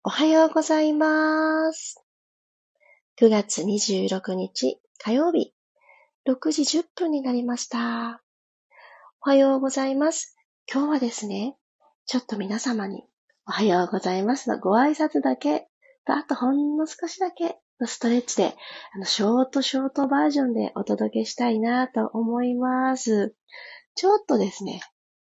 おはようございます。9月26日火曜日、6時10分になりました。おはようございます。今日はですね、ちょっと皆様におはようございますのご挨拶だけと、あとほんの少しだけのストレッチで、ショートバージョンでお届けしたいなと思います。ちょっとですね、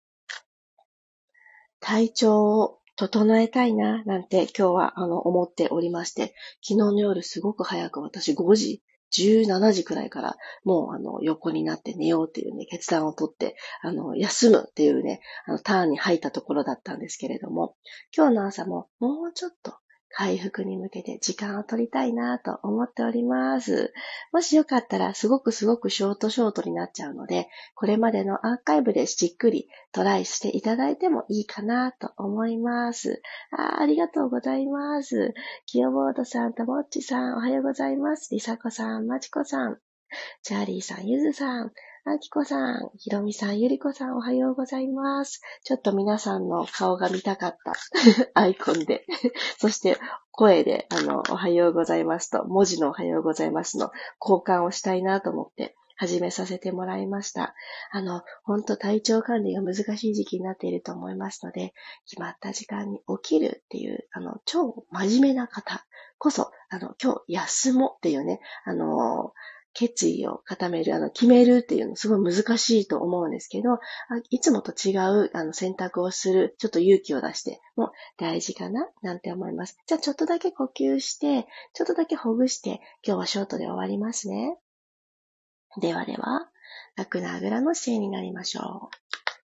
体調を整えたいな、なんて今日は思っておりまして、昨日の夜すごく早く私5時、17時くらいからもう横になって寝ようっていうね、決断をとって、休むっていうね、ターンに入ったところだったんですけれども、今日の朝ももうちょっと回復に向けて時間を取りたいなと思っております。もしよかったらすごくショートになっちゃうので、これまでのアーカイブでじっくりトライしていただいてもいいかなと思います。ありがとうございます。キヨボードさん、ともっちさん、おはようございます。りさこさん、まちこさん、チャーリーさん、ゆずさん、あきこさん、ひろみさん、ゆりこさん、おはようございます。ちょっと皆さんの顔が見たかったアイコンで、そして声で、おはようございますと、文字のおはようございますの交換をしたいなと思って、始めさせてもらいました。本当体調管理が難しい時期になっていると思いますので、決まった時間に起きるっていう、超真面目な方こそ、今日休もうっていうね、決意を固める、決めるっていうのすごい難しいと思うんですけど、いつもと違う、選択をする、ちょっと勇気を出しても大事かななんて思います。じゃあちょっとだけ呼吸して、ちょっとだけほぐして、今日はショートで終わりますね。ではでは、楽なあぐらの姿勢になりましょう。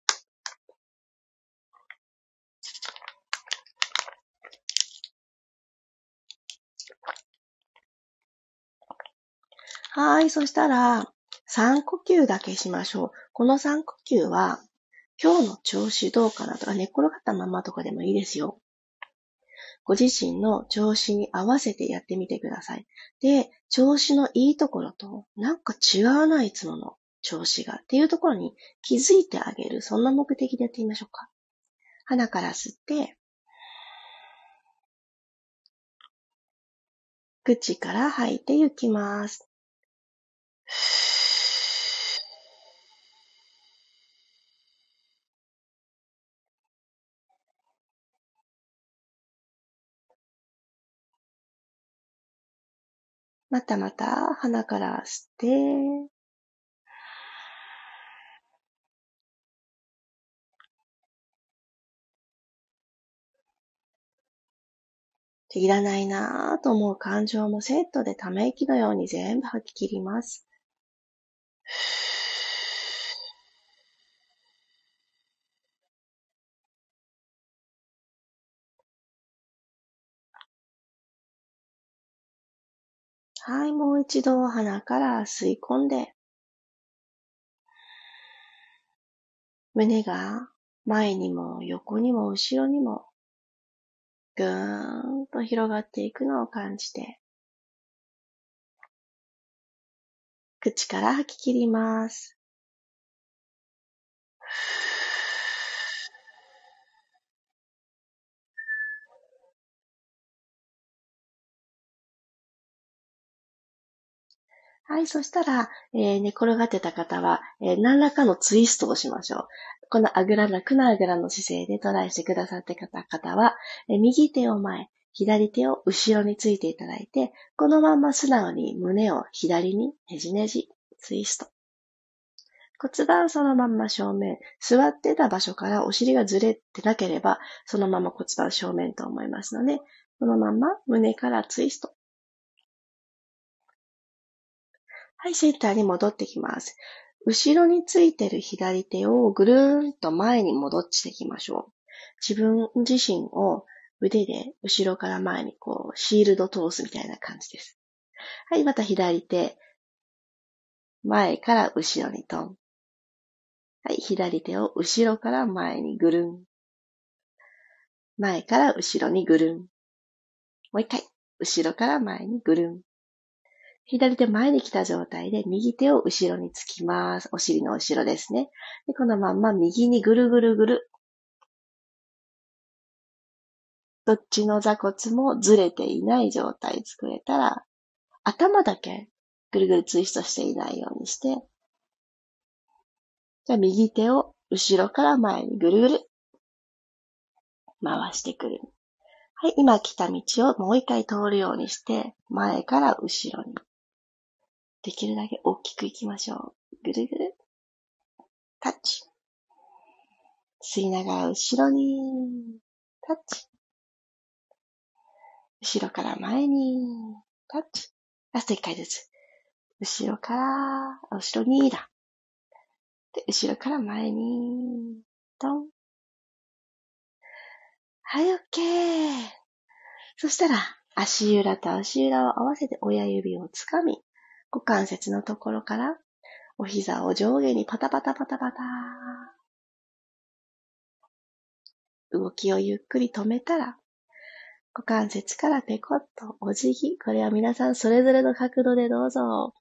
はい、そしたら、3呼吸だけしましょう。この3呼吸は、今日の調子どうかなとか、寝っ転がったままとかでもいいですよ。ご自身の調子に合わせてやってみてください。で、調子のいいところと、なんか違うな、いつもの調子がっていうところに気づいてあげる。そんな目的でやってみましょうか。鼻から吸って、口から吐いていきます。また鼻から吸って、いらないなぁと思う感情もセットでため息のように全部吐き切ります。はい、もう一度鼻から吸い込んで、胸が前にも横にも後ろにもぐーんと広がっていくのを感じて、口から吐き切ります。はい、そしたら、寝転がってた方は、何らかのツイストをしましょう。この楽なあぐらの姿勢でトライしてくださって方は、右手を前、左手を後ろについていただいて、このまま素直に胸を左にねじねじ、ツイスト。骨盤そのまま正面。座ってた場所からお尻がずれてなければ、そのまま骨盤正面と思いますので、このまま胸からツイスト。はい、センターに戻ってきます。後ろについてる左手をぐるーんと前に戻していきましょう。自分自身を腕で後ろから前にシールド通すみたいな感じです。はい、また左手、前から後ろにトン。はい、左手を後ろから前にぐるん。前から後ろにぐるん。もう一回、後ろから前にぐるん。左手前に来た状態で右手を後ろにつきます。お尻の後ろですね。でこのまんま右にぐるぐるぐる。 どっちの座骨もずれていない状態作れたら、頭だけぐるぐるツイストしていないようにして、じゃあ右手を後ろから前にぐるぐる回してくる。はい、今来た道をもう一回通るようにして、前から後ろに。できるだけ大きく行きましょう。ぐるぐる。タッチ。吸いながら後ろに。タッチ。後ろから前に。タッチ。ラスト一回ずつ。後ろから、後ろにだ。で、後ろから前に。ドン。はい、オッケー。そしたら、足裏と足裏を合わせて親指をつかみ、股関節のところから、お膝を上下にパタパタパタパタ。動きをゆっくり止めたら、股関節からペコッとお辞儀。これは皆さんそれぞれの角度でどうぞ。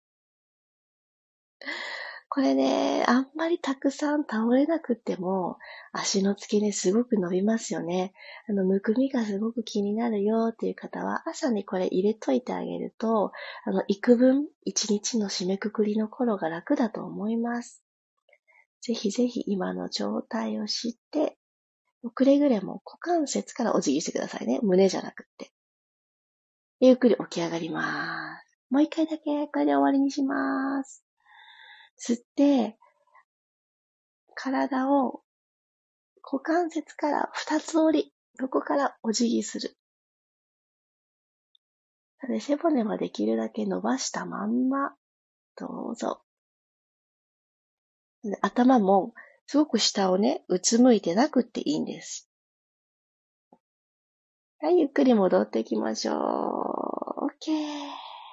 これね、あんまりたくさん倒れなくっても、足の付け根すごく伸びますよね。むくみがすごく気になるよっていう方は、朝にこれ入れといてあげると、幾分、一日の締めくくりの頃が楽だと思います。ぜひぜひ今の状態を知って、くれぐれも股関節からお辞儀してくださいね。胸じゃなくって。ゆっくり起き上がります。もう一回だけ、これで終わりにします。吸って、体を股関節から二つ折り、横からお辞儀する。で背骨はできるだけ伸ばしたまんま、どうぞ。で頭もすごく下をね、うつむいてなくっていいんです。はい、ゆっくり戻っていきましょう。OK。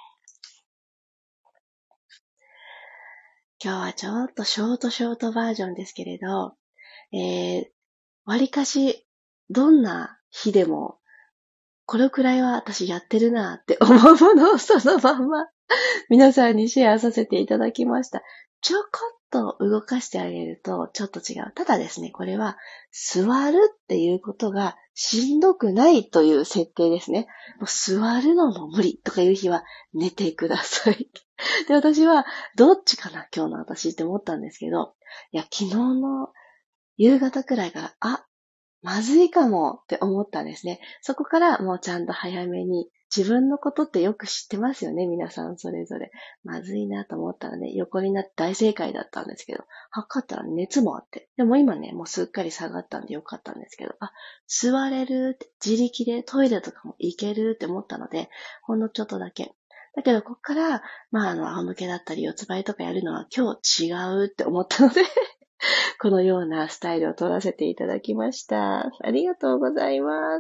今日はちょっとショートバージョンですけれど、わりかし、どんな日でも、これくらいは私やってるなって思うものをそのまんま皆さんにシェアさせていただきました。ちょこっと動かしてあげるとちょっと違う。ただですね、これは座るっていうことがしんどくないという設定ですね。もう座るのも無理とかいう日は寝てください。で、私はどっちかな今日の私って思ったんですけど、いや、昨日の夕方くらいから、まずいかもって思ったんですね。そこからもうちゃんと早めに、自分のことってよく知ってますよね、皆さんそれぞれ。まずいなと思ったらね、横になって大正解だったんですけど、測ったら熱もあって。でも今ね、もうすっかり下がったんでよかったんですけど、座れるって、自力でトイレとかも行けるって思ったので、ほんのちょっとだけ。だけど、こっから、仰向けだったり、四つ倍とかやるのは今日違うって思ったのでこのようなスタイルを取らせていただきました。ありがとうございます。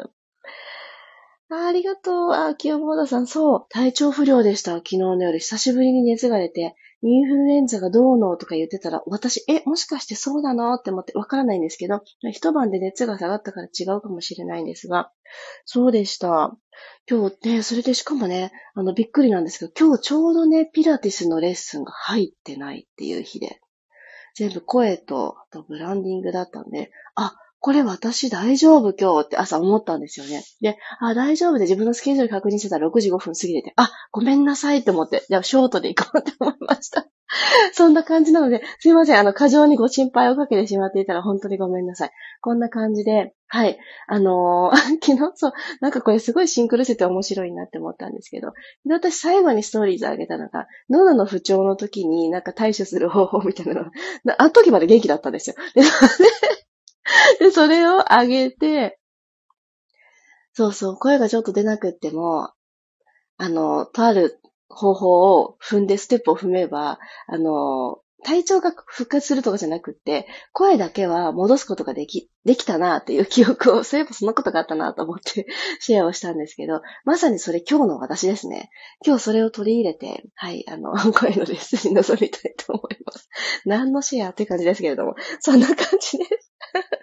ありがとう。清本さん、そう、体調不良でした。昨日の夜、久しぶりに熱が出て、インフルエンザがどうのとか言ってたら、私、もしかしてそうなのって思ってわからないんですけど、一晩で熱が下がったから違うかもしれないんですが、そうでした。今日ね、それでしかもね、びっくりなんですけど、今日ちょうどね、ピラティスのレッスンが入ってないっていう日で、全部声と、あとブランディングだったんで、これ私大丈夫今日って朝思ったんですよね。で、大丈夫で自分のスケジュール確認してたら6時5分過ぎてて、ごめんなさいって思って、じゃあショートで行こうって思いました。そんな感じなので、すいません。過剰にご心配をかけてしまっていたら本当にごめんなさい。こんな感じで、はい。昨日、そう、なんかこれすごいシンクロしてて面白いなって思ったんですけど、で私最後にストーリーズあげたのが、喉の不調の時になんか対処する方法みたいなの。あの時まで元気だったんですよ。で、それをあげて、そうそう、声がちょっと出なくっても、とある方法を踏んで、ステップを踏めば、体調が復活するとかじゃなくって、声だけは戻すことができたなっていう記憶を、そういえばそんなことがあったなと思ってシェアをしたんですけど、まさにそれ今日の私ですね。今日それを取り入れて、はい、声のレッスンに臨みたいと思います。何のシェアって感じですけれども、そんな感じです。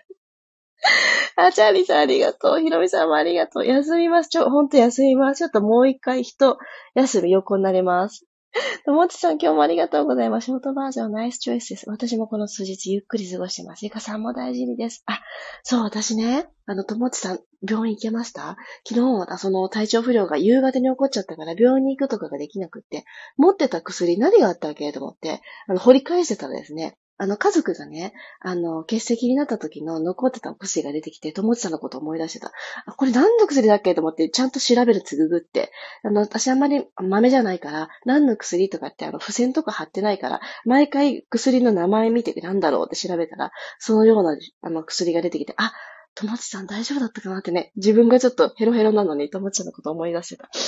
チャーリーさんありがとう。ひろみさんもありがとう。休みます。ほんと休みます。ちょっともう一回休み横になれます。ともちさん今日もありがとうございます。ショートバージョンナイスチョイスです。私もこの数日ゆっくり過ごしてます。ゆかさんも大事にです。そう、私ね、 ともちさん、病院行けました？昨日、その体調不良が夕方に起こっちゃったから病院に行くとかができなくって、持ってた薬何があったっけと思って、掘り返してたらですね、家族がね、欠席になった時の残ってたお薬が出てきて、ともちさんのことを思い出してた。あ、これ何の薬だっけと思って、ちゃんと調べるつぐぐって。私あんまり豆じゃないから、何の薬とかって付箋とか貼ってないから、毎回薬の名前見てなんだろうって調べたら、そのような、薬が出てきて、あ、ともちさん大丈夫だったかなってね、自分がちょっとヘロヘロなのに、ともちさんのことを思い出してた。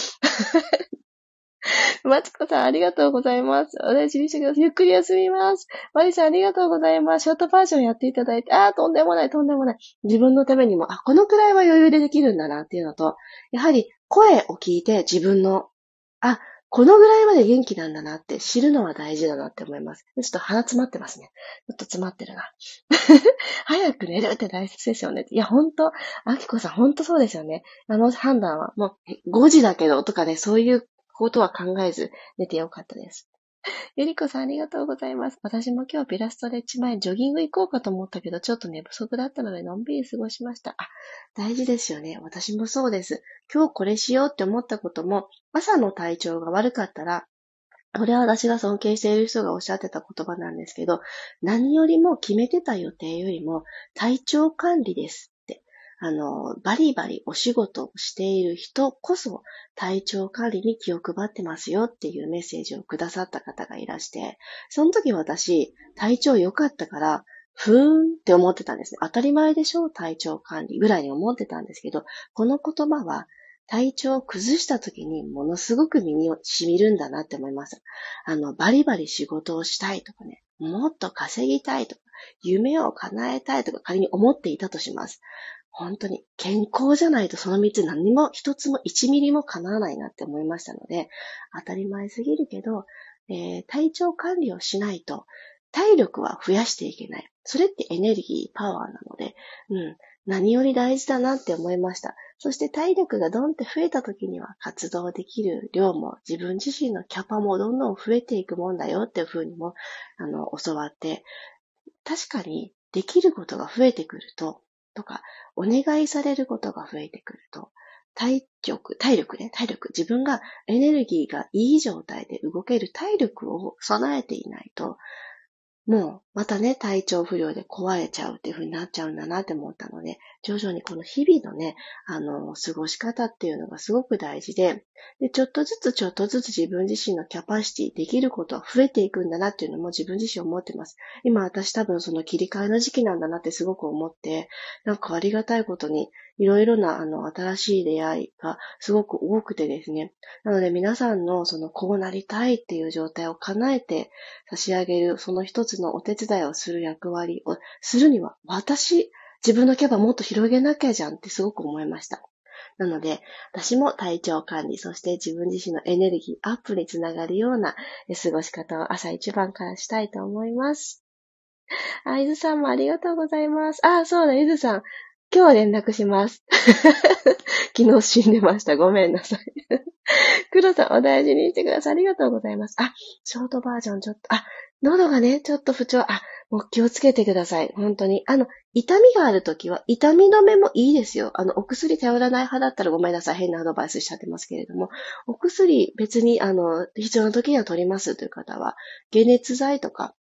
まちこさん、ありがとうございます。お大事にしてください。ゆっくり休みます。まりさん、ありがとうございます。ショートバージョンやっていただいて、とんでもない、とんでもない。自分のためにも、このくらいは余裕でできるんだなっていうのと、やはり声を聞いて自分の、このぐらいまで元気なんだなって知るのは大事だなって思います。ちょっと鼻詰まってますね。ちょっと詰まってるな。早く寝るって大切ですよね。いや、ほんと、あきこさん、ほんとそうですよね。判断は、もう、5時だけど、とかね、そういうことは考えず、寝てよかったです。ゆりこさん、ありがとうございます。私も今日ピラストレッチ前、ジョギング行こうかと思ったけど、ちょっと寝不足だったので、のんびり過ごしました。大事ですよね。私もそうです。今日これしようって思ったことも、朝の体調が悪かったら、これは私が尊敬している人がおっしゃってた言葉なんですけど、何よりも決めてた予定よりも体調管理ですって。バリバリお仕事をしている人こそ体調管理に気を配ってますよっていうメッセージをくださった方がいらして、その時私、体調良かったから、ふーんって思ってたんですね。当たり前でしょ？体調管理ぐらいに思ってたんですけど、この言葉は体調を崩した時にものすごく身に染みるんだなって思います。バリバリ仕事をしたいとかね、もっと稼ぎたいとか、夢を叶えたいとか仮に思っていたとします。本当に健康じゃないとその3つ何も一つも1ミリも叶わないなって思いましたので、当たり前すぎるけど、体調管理をしないと体力は増やしていけない。それってエネルギー、パワーなので、何より大事だなって思いました。そして体力がドンって増えた時には活動できる量も自分自身のキャパもどんどん増えていくもんだよっていうふうにも教わって、確かにできることが増えてくると、とか、お願いされることが増えてくると、体力、自分がエネルギーがいい状態で動ける体力を備えていないと、もう、またね、体調不良で壊れちゃうっていう風になっちゃうんだなって思ったので、徐々にこの日々のね、過ごし方っていうのがすごく大事で、ちょっとずつ自分自身のキャパシティ、できることは増えていくんだなっていうのも自分自身思ってます。今私多分その切り替えの時期なんだなってすごく思って、なんかありがたいことに、いろいろな新しい出会いがすごく多くてですね。なので皆さんのそのこうなりたいっていう状態を叶えて差し上げる、その一つのお手伝いをする役割をするには、自分のキャパもっと広げなきゃじゃんってすごく思いました。なので、私も体調管理、そして自分自身のエネルギーアップにつながるような過ごし方を朝一番からしたいと思います。ゆずさんもありがとうございます。そうだ、ゆずさん。今日連絡します。昨日死んでました。ごめんなさい。黒さん、お大事にしてください。ありがとうございます。ショートバージョンちょっと、喉がね、ちょっと不調、もう気をつけてください。本当に。痛みがあるときは、痛み止めもいいですよ。お薬頼らない派だったらごめんなさい。変なアドバイスしちゃってますけれども、お薬別に、必要な時には取りますという方は、解熱剤とか、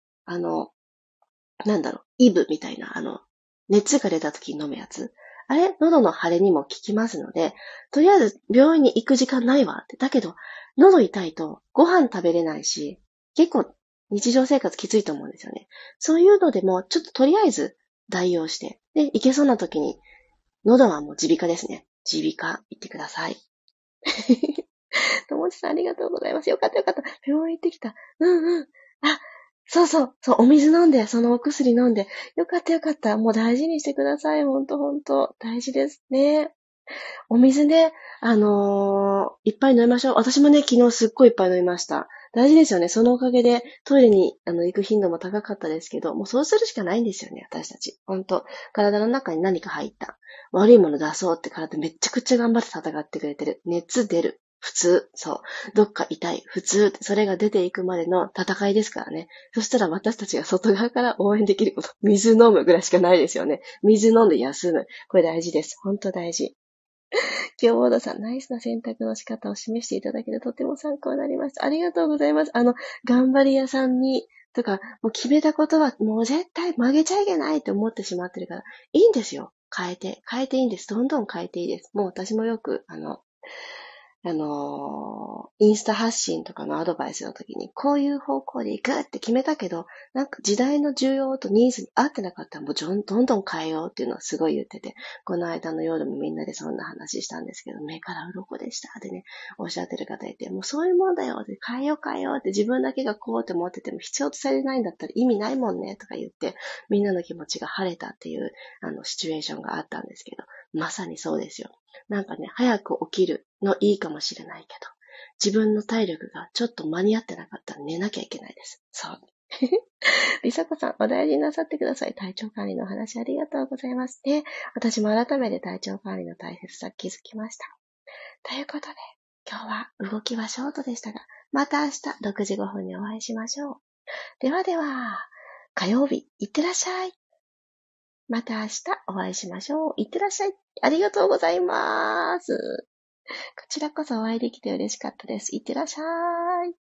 イブみたいな、熱が出た時に飲むやつ。あれ、喉の腫れにも効きますので、とりあえず病院に行く時間ないわって。だけど、喉痛いとご飯食べれないし、結構日常生活きついと思うんですよね。そういうのでも、ちょっととりあえず代用して、で、行けそうな時に、喉はもう耳鼻科ですね。耳鼻科行ってください。ともちさんありがとうございます。よかった。病院行ってきた。そう、お水飲んで、そのお薬飲んで。よかった。もう大事にしてください。ほんと。大事ですね。お水ね、いっぱい飲みましょう。私もね、昨日すっごいいっぱい飲みました。大事ですよね。そのおかげでトイレに行く頻度も高かったですけど、もうそうするしかないんですよね、私たち。ほんと。体の中に何か入った。悪いもの出そうって体めっちゃくちゃ頑張って戦ってくれてる。熱出る。 普通。そう。どっか痛い。普通。それが出ていくまでの戦いですからね。そしたら私たちが外側から応援できること。水飲むぐらいしかないですよね。水飲んで休む。これ大事です。ほんと大事。今日、ボードさん、ナイスな選択の仕方を示していただけてとても参考になりました。ありがとうございます。頑張り屋さんに、とか、もう決めたことは、もう絶対曲げちゃいけないって思ってしまってるから、いいんですよ。変えていいんです。どんどん変えていいです。もう私もよく、インスタ発信とかのアドバイスの時に、こういう方向で行くって決めたけど、なんか時代の需要とニーズに合ってなかったらもうどんどん変えようっていうのはすごい言ってて、この間の夜もみんなでそんな話したんですけど、目から鱗でしたってね、おっしゃってる方いて、もうそういうもんだよって変えようって自分だけがこうって思ってても必要とされないんだったら意味ないもんねとか言って、みんなの気持ちが晴れたっていう、シチュエーションがあったんですけど、まさにそうですよ。なんかね、早く起きるのいいかもしれないけど、自分の体力がちょっと間に合ってなかったら寝なきゃいけないです。そう。りさこさん、お大事になさってください。体調管理のお話ありがとうございます。で、私も改めて体調管理の大切さ気づきました。ということで、今日は動きはショートでしたが、また明日6時5分にお会いしましょう。ではでは、火曜日、いってらっしゃい。また明日お会いしましょう。いってらっしゃい。ありがとうございます。こちらこそお会いできて嬉しかったです。いってらっしゃい。